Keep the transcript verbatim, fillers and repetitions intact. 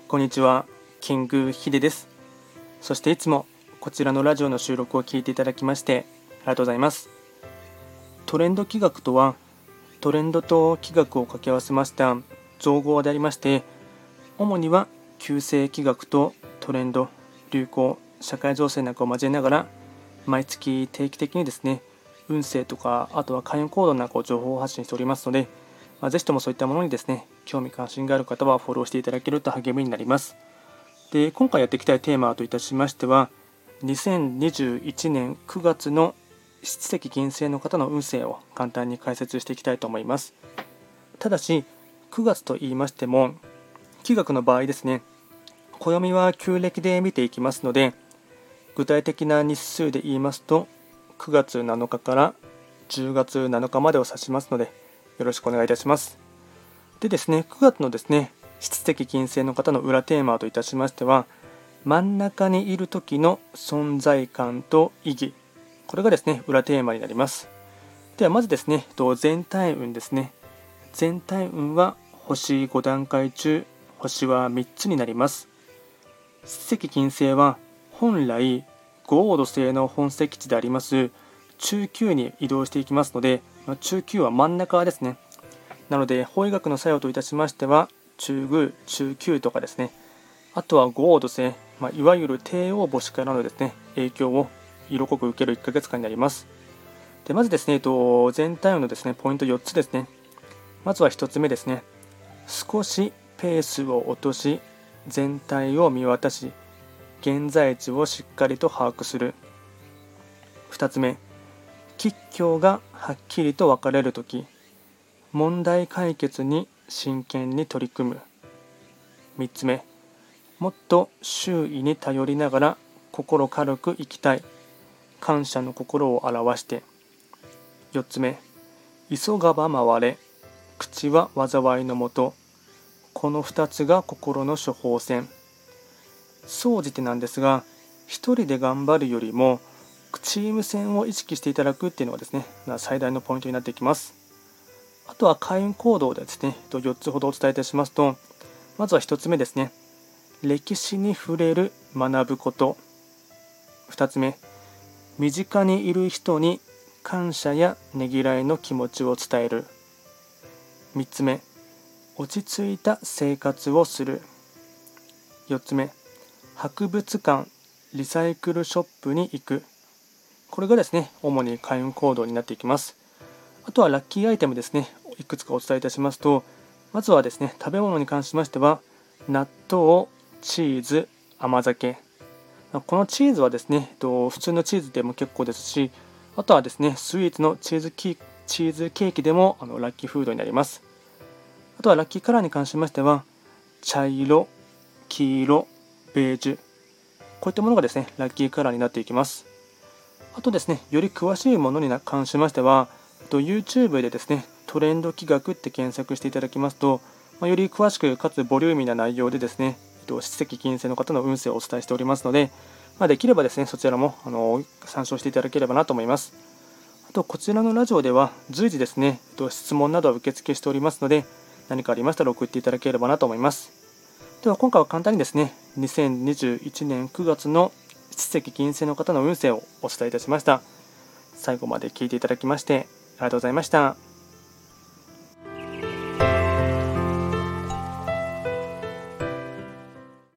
こんにちは、キングヒデです。そしていつもこちらのラジオの収録を聞いていただきましてありがとうございます。トレンド企画とは、トレンドと企画を掛け合わせました造語でありまして、主には旧世企画とトレンド、流行、社会情勢なんかを交えながら、毎月定期的にですね、運勢とか、あとは開運行動なんかを情報発信しておりますので、まあ、ぜひともそういったものにですね、興味関心がある方はフォローしていただけると励みになります。で、今回やっていきたいテーマといたしましては、にせんにじゅういちねんくがつの七石金星の方の運勢を簡単に解説していきたいと思います。ただし、くがつと言いましても、気学の場合ですね、暦は旧暦で見ていきますので、具体的な日数で言いますと、くがつなのかからじゅうがつなのかまでを指しますので、よろしくお願いいたします。でですね、くがつのですね、七石金星の方の裏テーマといたしましては、真ん中にいる時の存在感と意義、これがですね、裏テーマになります。ではまずですね、全体運ですね。全体運は星ご段階中、星はみっつになります。七石金星は本来五黄土星の本石地であります中宮に移動していきますので、中宮は真ん中ですね。なので法医学の作用といたしましては、中宮、中宮とかですね、あとは五黄土星、まあ、いわゆる帝王母子からのですね、影響を色濃く受けるいっかげつかんになります。でまずですね、全体運のですね、ポイントよっつですね。まずはひとつめですね、少しペースを落とし、全体を見渡し、現在地をしっかりと把握する。ふたつめ、吉凶がはっきりと分かれるとき、問題解決に真剣に取り組む。みっつめ、もっと周囲に頼りながら心軽く生きたい。感謝の心を表して。よっつめ、急がば回れ。口は災いのもと。このふたつが心の処方箋。総じてなんですが、一人で頑張るよりもチーム戦を意識していただくっていうのがですね、最大のポイントになっていきます。あとは開運行動でですね、よっつほどお伝えいたしますと、まずはひとつめですね、歴史に触れる、学ぶこと。ふたつめ、身近にいる人に感謝やねぎらいの気持ちを伝える。みっつめ、落ち着いた生活をする。よっつめ、博物館、リサイクルショップに行く。これがですね、主に開運行動になっていきます。あとはラッキーアイテムですね、いくつかお伝えいたしますと、まずはですね、食べ物に関しましては、納豆、チーズ、甘酒。このチーズはですね、普通のチーズでも結構ですし、あとはですね、スイーツのチーズキーチーズケーキでもあのラッキーフードになります。あとはラッキーカラーに関しましては、茶色、黄色、ベージュ。こういったものがですね、ラッキーカラーになっていきます。あとですね、より詳しいものに関しましては、YouTube でですね、トレンド企画って検索していただきますと、まあ、より詳しくかつボリューミーな内容でですね、七石金星の方の運勢をお伝えしておりますので、まあ、できればですね、そちらもあの参照していただければなと思います。あと、こちらのラジオでは随時ですね、質問などを受付しておりますので、何かありましたら送っていただければなと思います。では今回は簡単にですね、にせんにじゅういちねんくがつの七石金星の方の運勢をお伝えいたしました。最後まで聞いていただきましてありがとうございました。